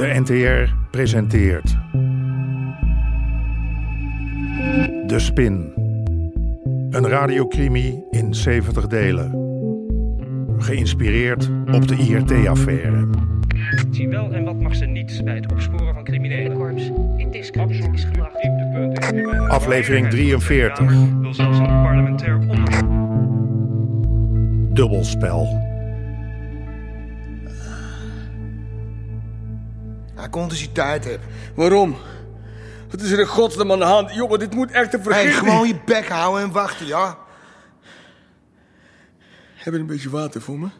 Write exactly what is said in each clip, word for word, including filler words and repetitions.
De N T R presenteert De Spin. Een radiocrimi in zeventig delen. Geïnspireerd op de I R T-affaire. Zie wel en wat mag ze niet bij het opsporen van criminelen. Korps indiscreet is gebracht. Aflevering drieënveertig. Wil zelfs een parlementair onderzoek. Dubbelspel. Hij komt als hij tijd hebt. Waarom? Wat is er in godsnaam aan de hand? Jongen, dit moet echt een Hey, vergiftiging... gewoon je bek houden en wachten, ja? Heb je een beetje water voor me?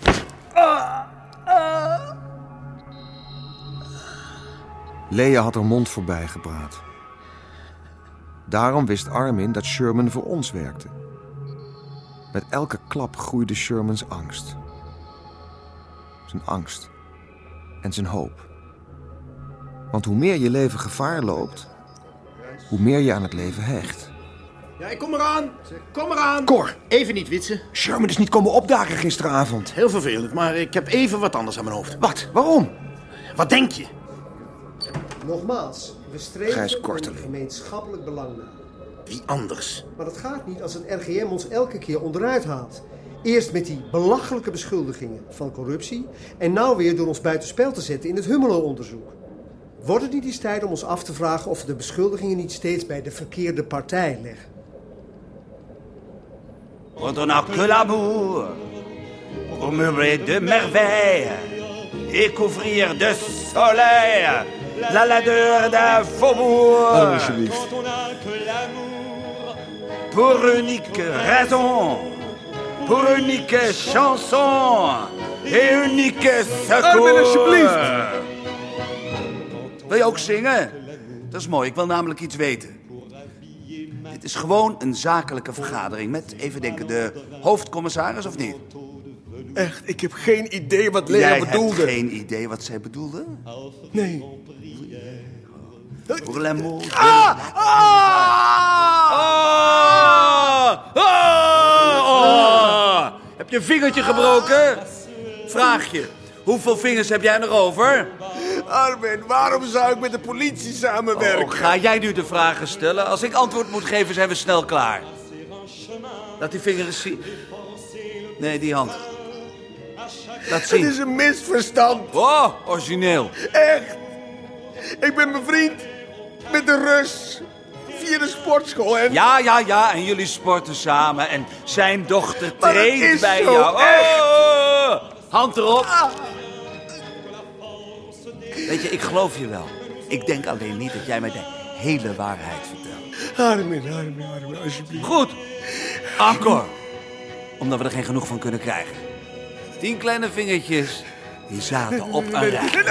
Lea had haar mond voorbij gepraat. Daarom wist Armin dat Sherman voor ons werkte. Met elke klap groeide Shermans angst. Zijn angst. En zijn hoop. Want hoe meer je leven gevaar loopt, hoe meer je aan het leven hecht. Ja, ik kom eraan. Kom eraan. Cor, Even niet witsen. Sherman is niet komen opdagen gisteravond. Heel vervelend, maar ik heb even wat anders aan mijn hoofd. Wat? Waarom? Wat denk je? Nogmaals, we Gijs streven Korteling. een gemeenschappelijk belang na. Wie anders? Maar dat gaat niet als een R G M ons elke keer onderuit haalt. Eerst met die belachelijke beschuldigingen van corruptie en nou weer door ons buitenspel te zetten in het Hummelo-onderzoek. Wordt het niet eens tijd om ons af te vragen of we de beschuldigingen niet steeds bij de verkeerde partij leggen? Quand on n'a que l'amour pour meubler de merveilles et couvrir de soleil la laideur d'un faubourg. Oh, alsjeblieft. Pour unique raison, pour unique chanson et unique secours. Armin, alsjeblieft. Wil je ook zingen? Dat is mooi, ik wil namelijk iets weten. Dit is gewoon een zakelijke vergadering met, even denken, de hoofdcommissaris of niet? Echt, ik heb geen idee wat Lea Jij bedoelde. hebt geen idee wat zij bedoelde? Nee. Pour l'amour de... Ah! Ah! Oh! Oh! Oh! Heb je een vingertje gebroken? Vraag je. Hoeveel vingers heb jij nog over? Armin, waarom zou ik met de politie samenwerken? Oh, ga jij nu de vragen stellen? Als ik antwoord moet geven, zijn we snel klaar. Laat die vinger eens zien. Nee, die hand. Laat Het zien. is een misverstand. Oh, origineel. Echt. Ik ben mijn vriend met de Rus via de sportschool en... Ja, ja, ja. En jullie sporten samen. En zijn dochter Maar het traint is bij zo jou. echt. Oh, hand erop. Ah. Weet je, ik geloof je wel. Ik denk alleen niet dat jij mij de hele waarheid vertelt. Armin, Armin, Armin, alsjeblieft. Goed. Encore. Omdat we er geen genoeg van kunnen krijgen. Tien kleine vingertjes. Die zaten op een rij.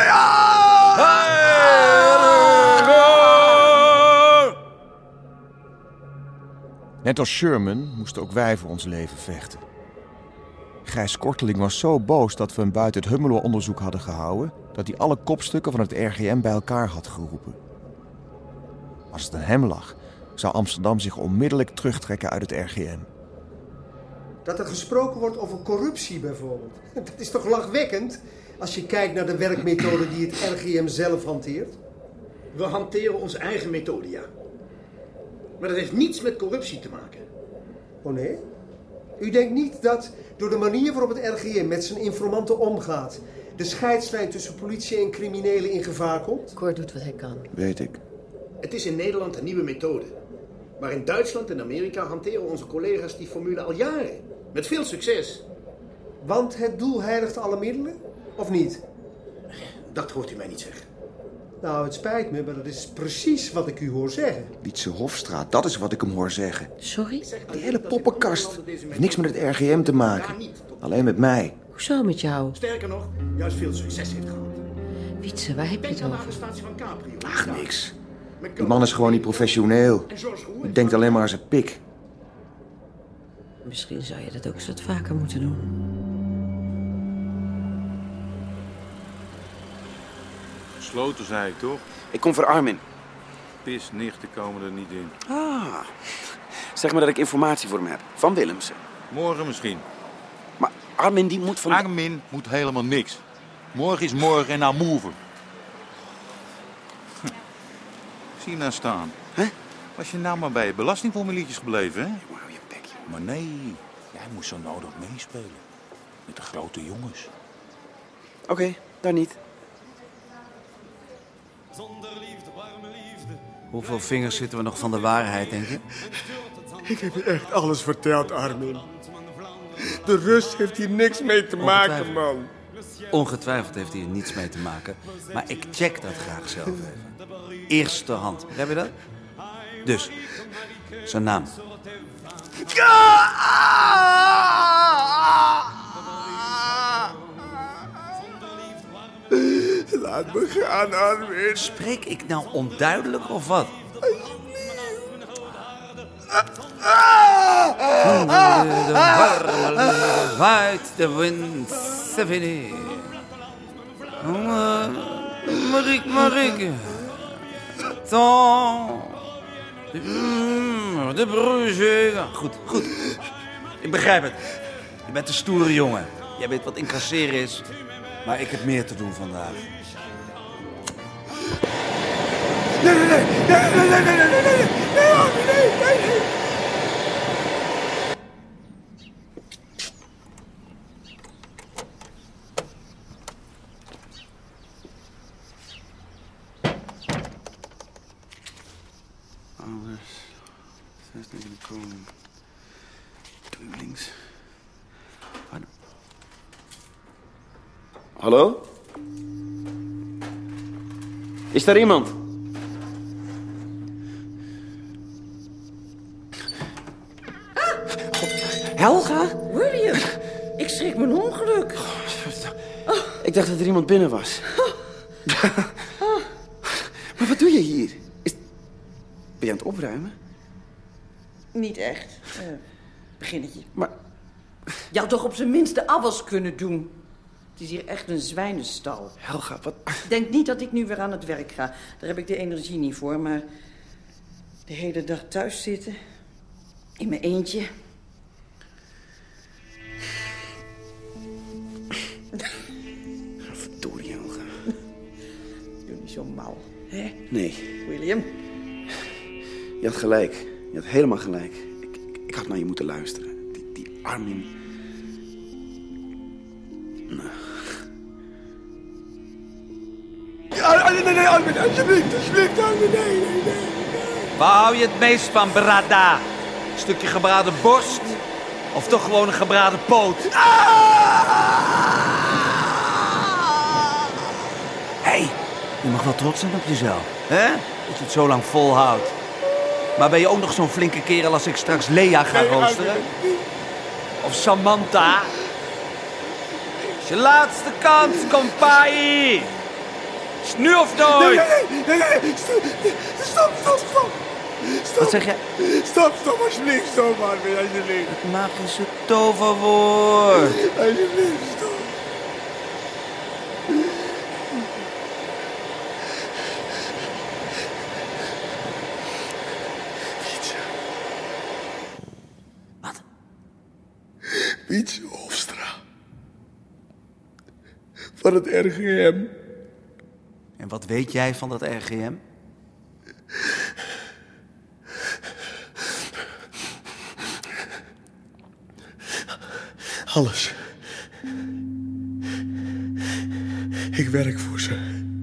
Net als Sherman moesten ook wij voor ons leven vechten. Gijs Korteling was zo boos dat we hem buiten het Hummelo-onderzoek hadden gehouden, dat hij alle kopstukken van het R G M bij elkaar had geroepen. Als het aan hem lag, zou Amsterdam zich onmiddellijk terugtrekken uit het R G M. Dat er gesproken wordt over corruptie bijvoorbeeld. Dat is toch lachwekkend als je kijkt naar de werkmethode die het R G M zelf hanteert? We hanteren onze eigen methode, ja. Maar dat heeft niets met corruptie te maken. Oh nee? U denkt niet dat door de manier waarop het R G M met zijn informanten omgaat, de scheidslijn tussen politie en criminelen in gevaar komt? Cor doet wat hij kan. Weet ik. Het is in Nederland een nieuwe methode. Maar in Duitsland en Amerika hanteren onze collega's die formule al jaren. Met veel succes. Want het doel heiligt alle middelen? Of niet? Dat hoort u mij niet zeggen. Nou, het spijt me, maar dat is precies wat ik u hoor zeggen. Wietse Hofstraat, dat is wat ik hem hoor zeggen. Sorry? Die hele poppenkast heeft niks met het R G M te maken. Alleen met mij. Hoezo met jou? Sterker nog, juist veel succes heeft gehad. Wietse, waar heb je Denk het aan de over? arrestatie van Caprio. Ach, niks. Die man is gewoon niet professioneel. Die denkt alleen maar aan zijn pik. Misschien zou je dat ook eens wat vaker moeten doen. Gesloten, zei ik toch? Ik kom voor Armin. Pisnichten komen er niet in. Ah, zeg maar dat ik informatie voor hem heb. Van Willemsen. Morgen misschien. Maar Armin die moet van... Armin moet helemaal niks. Morgen is morgen en nou move. zie je nou staan? Hè? Was je nou maar bij je belastingformuliertjes gebleven, hè? Maar hou je bek, joh. Maar nee, jij moest zo nodig meespelen. Met de grote jongens. Oké, okay, daar niet. Hoeveel vingers zitten we nog van de waarheid, denk je? Ik heb je echt alles verteld, Armin. De Rus heeft hier niks mee te maken, man. Ongetwijfeld heeft hij er niets mee te maken. Maar ik check dat graag zelf even. Eerste hand, begrijp je dat? Dus, zijn naam. Laat me gaan, Armin. Spreek ik nou onduidelijk of wat? De warme waait de wind, Savini. Mariek, Mariek. Tant. De bruge. Goed, goed. Ik begrijp het. Je bent een stoere jongen. Jij weet wat incasseren is. Maar ik heb meer te doen vandaag. Nee, nee, nee, nee, nee, nee, nee, nee, nee, nee, nee, nee, nee. Ouders, zesde koning, tweelings. Hallo? Is daar iemand? Helga? William, ik schrik mijn ongeluk. Oh. Ik dacht dat er iemand binnen was. Oh. Maar wat doe je hier? Is... Ben je aan het opruimen? Niet echt. Uh, beginnetje. Maar... Je had toch op zijn minst de afwas kunnen doen? Het is hier echt een zwijnenstal. Helga, wat... Denk niet dat ik nu weer aan het werk ga. Daar heb ik de energie niet voor, maar... de hele dag thuis zitten... in mijn eentje... Verdorie, Helga. Doe niet zo mal, hè? Nee. William? Je had gelijk. Je had helemaal gelijk. Ik, ik, ik had naar je moeten luisteren. Die, die Armin... Nou... Ja, nee, nee, nee, Armin, alsjeblieft, alsjeblieft, Armin, nee, nee, nee, nee. Waar hou je het meest van, Brada? Een stukje gebraden borst? Of toch gewoon een gebraden poot? Hé, hey, je mag wel trots zijn op jezelf, hè? Dat je het zo lang volhoudt. Maar ben je ook nog zo'n flinke kerel als ik straks Lea ga roosteren? Of Samantha? Het is je laatste kans, kompai! Is het nu of nooit? Nee, nee, nee, nee, stop, stop, stop, stop. Stop. Wat zeg je? Stop, stop, alsjeblieft, stop, Armin, alsjeblieft. Het magische toverwoord. Alsjeblieft, stop. Wietse. Wat? Wietse Hofstra. Van het R G M. En wat weet jij van dat R G M? Alles. Ik werk voor ze.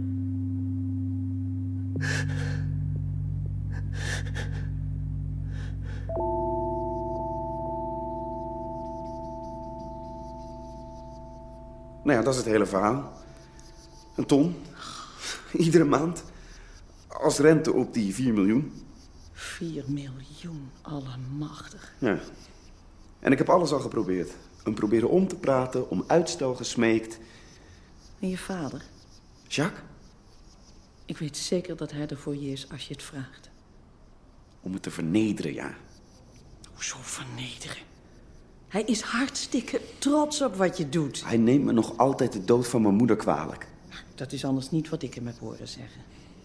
Nou ja, dat is het hele verhaal. Een ton. Iedere maand. Als rente op die vier miljoen. Vier miljoen, allemachtig. Ja. En ik heb alles al geprobeerd. Hem proberen om te praten, om uitstel gesmeekt. En je vader? Jacques? Ik weet zeker dat hij er voor je is als je het vraagt. Om het te vernederen, ja. Hoezo vernederen? Hij is hartstikke trots op wat je doet. Hij neemt me nog altijd de dood van mijn moeder kwalijk. Dat is anders niet wat ik hem heb horen zeggen.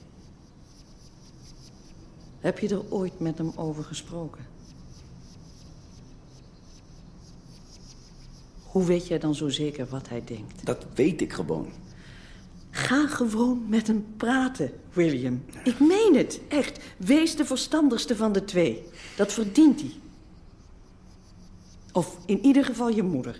Heb je er ooit met hem over gesproken? Hoe weet jij dan zo zeker wat hij denkt? Dat weet ik gewoon. Ga gewoon met hem praten, William. Ik meen het, echt. Wees de verstandigste van de twee. Dat verdient hij. Of in ieder geval je moeder.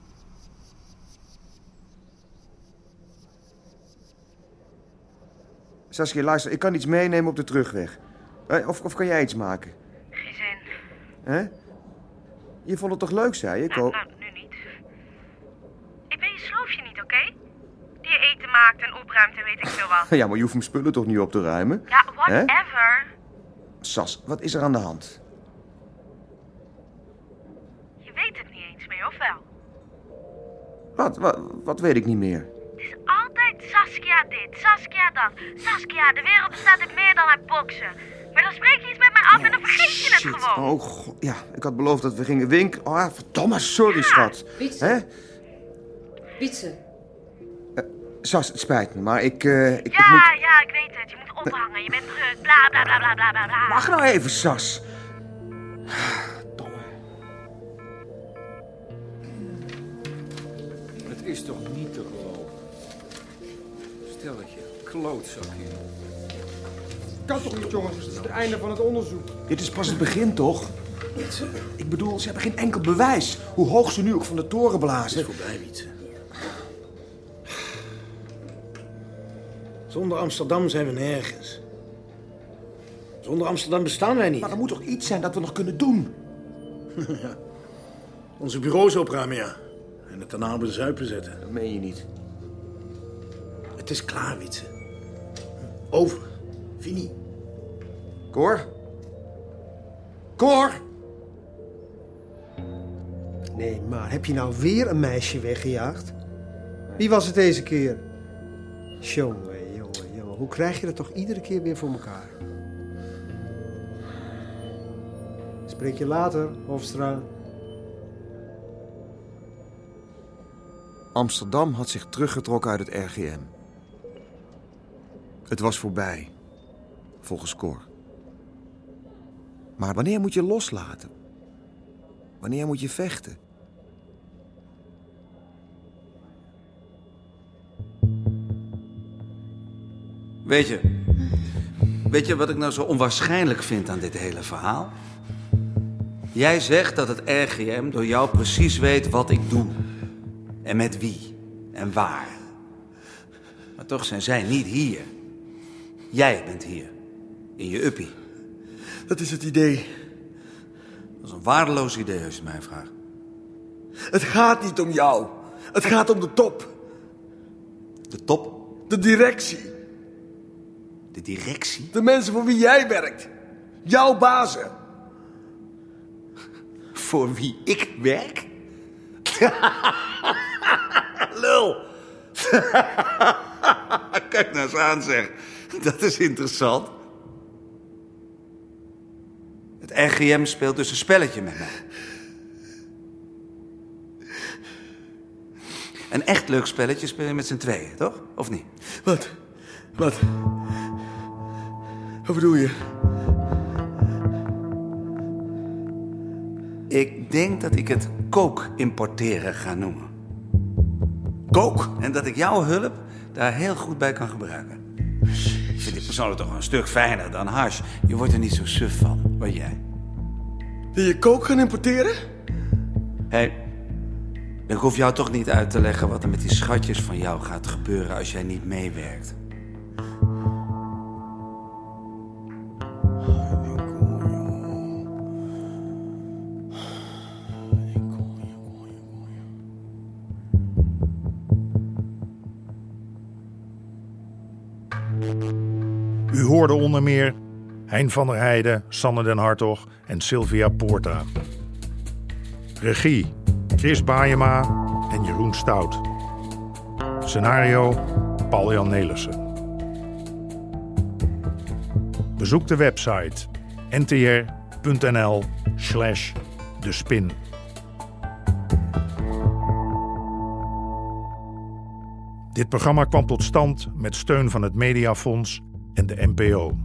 Saskia, luister, ik kan iets meenemen op de terugweg. Eh, Of, of kan jij iets maken? Geen zin. Hè? Je vond het toch leuk, zei je? Nou, nou, nu niet. Ik ben je sloofje niet, oké? Die je eten maakt en opruimt en weet ik veel wat. Ja, maar je hoeft mijn spullen toch niet op te ruimen? Ja, Hè? whatever. Sas, wat is er aan de hand? Je weet het niet eens meer, of wel? Wat, wat, wat weet ik niet meer? Het is altijd Saskia dit, Saskia dat. Saskia, de wereld bestaat uit meer dan uit boksen. Maar dan spreek je iets met mij af en dan vergeet je het Shit. gewoon. Oh, god. Ja, ik had beloofd dat we gingen winkelen. Oh, verdomme, sorry, schat. Wietse. Hè? Wietse. Sas, het spijt me, maar ik... eh, ik, ik Ja, moet... ja, ik weet het. Je moet ophangen, je bent druk, bla bla bla bla bla bla bla. Wacht nou even, Sas. Het is toch niet te geloven? Stelletje, klootzakje. Kan toch niet, jongens? Het is het einde van het onderzoek. Dit is pas het begin, toch? Ik bedoel, ze hebben geen enkel bewijs. Hoe hoog ze nu ook van de toren blazen. Het is voorbij, Wietse. Zonder Amsterdam zijn we nergens. Zonder Amsterdam bestaan wij niet. Maar er moet toch iets zijn dat we nog kunnen doen? Ja. Onze bureaus opruimen, ja. En het daarna op de zuipen zetten. Dat meen je niet. Het is klaar, Wietse. Over. Fini. Cor? Cor? Nee, maar heb je nou weer een meisje weggejaagd? Wie was het deze keer? Jongen, jongen, jongen. Hoe krijg je dat toch iedere keer weer voor elkaar? Spreek je later, Hofstra. Amsterdam had zich teruggetrokken uit het R G M. Het was voorbij, volgens Cor. Maar wanneer moet je loslaten? Wanneer moet je vechten? Weet je, weet je wat ik nou zo onwaarschijnlijk vind aan dit hele verhaal? Jij zegt dat het R G M door jou precies weet wat ik doe. En met wie. En waar. Maar toch zijn zij niet hier. Jij bent hier. In je uppie. Dat is het idee. Dat is een waardeloos idee als je het mij vraagt. Het gaat niet om jou. Het gaat om de top. De top? De directie. De directie? De mensen voor wie jij werkt. Jouw bazen. Voor wie ik werk? Lul. Kijk nou eens aan, zeg. Dat is interessant. Het R G M speelt dus een spelletje met mij. Een echt leuk spelletje speel je met z'n tweeën, toch? Of niet? Wat? Wat? Wat bedoel je? Ik denk dat ik het kook importeren ga noemen. Kook? En dat ik jouw hulp daar heel goed bij kan gebruiken. Ik vind dit persoonlijk toch een stuk fijner dan hash. Je wordt er niet zo suf van, wat jij. Wil je kook gaan importeren? Hé, hey, ik hoef jou toch niet uit te leggen wat er met die schatjes van jou gaat gebeuren als jij niet meewerkt. U hoorde onder meer Hein van der Heijden, Sanne den Hartog en Sylvia Poorta. Regie Chris Baayema en Jeroen Stout. Scenario Paul-Jan Nelissen. Bezoek de website ntr.nl slash de spin. Dit programma kwam tot stand met steun van het Mediafonds en de N P O.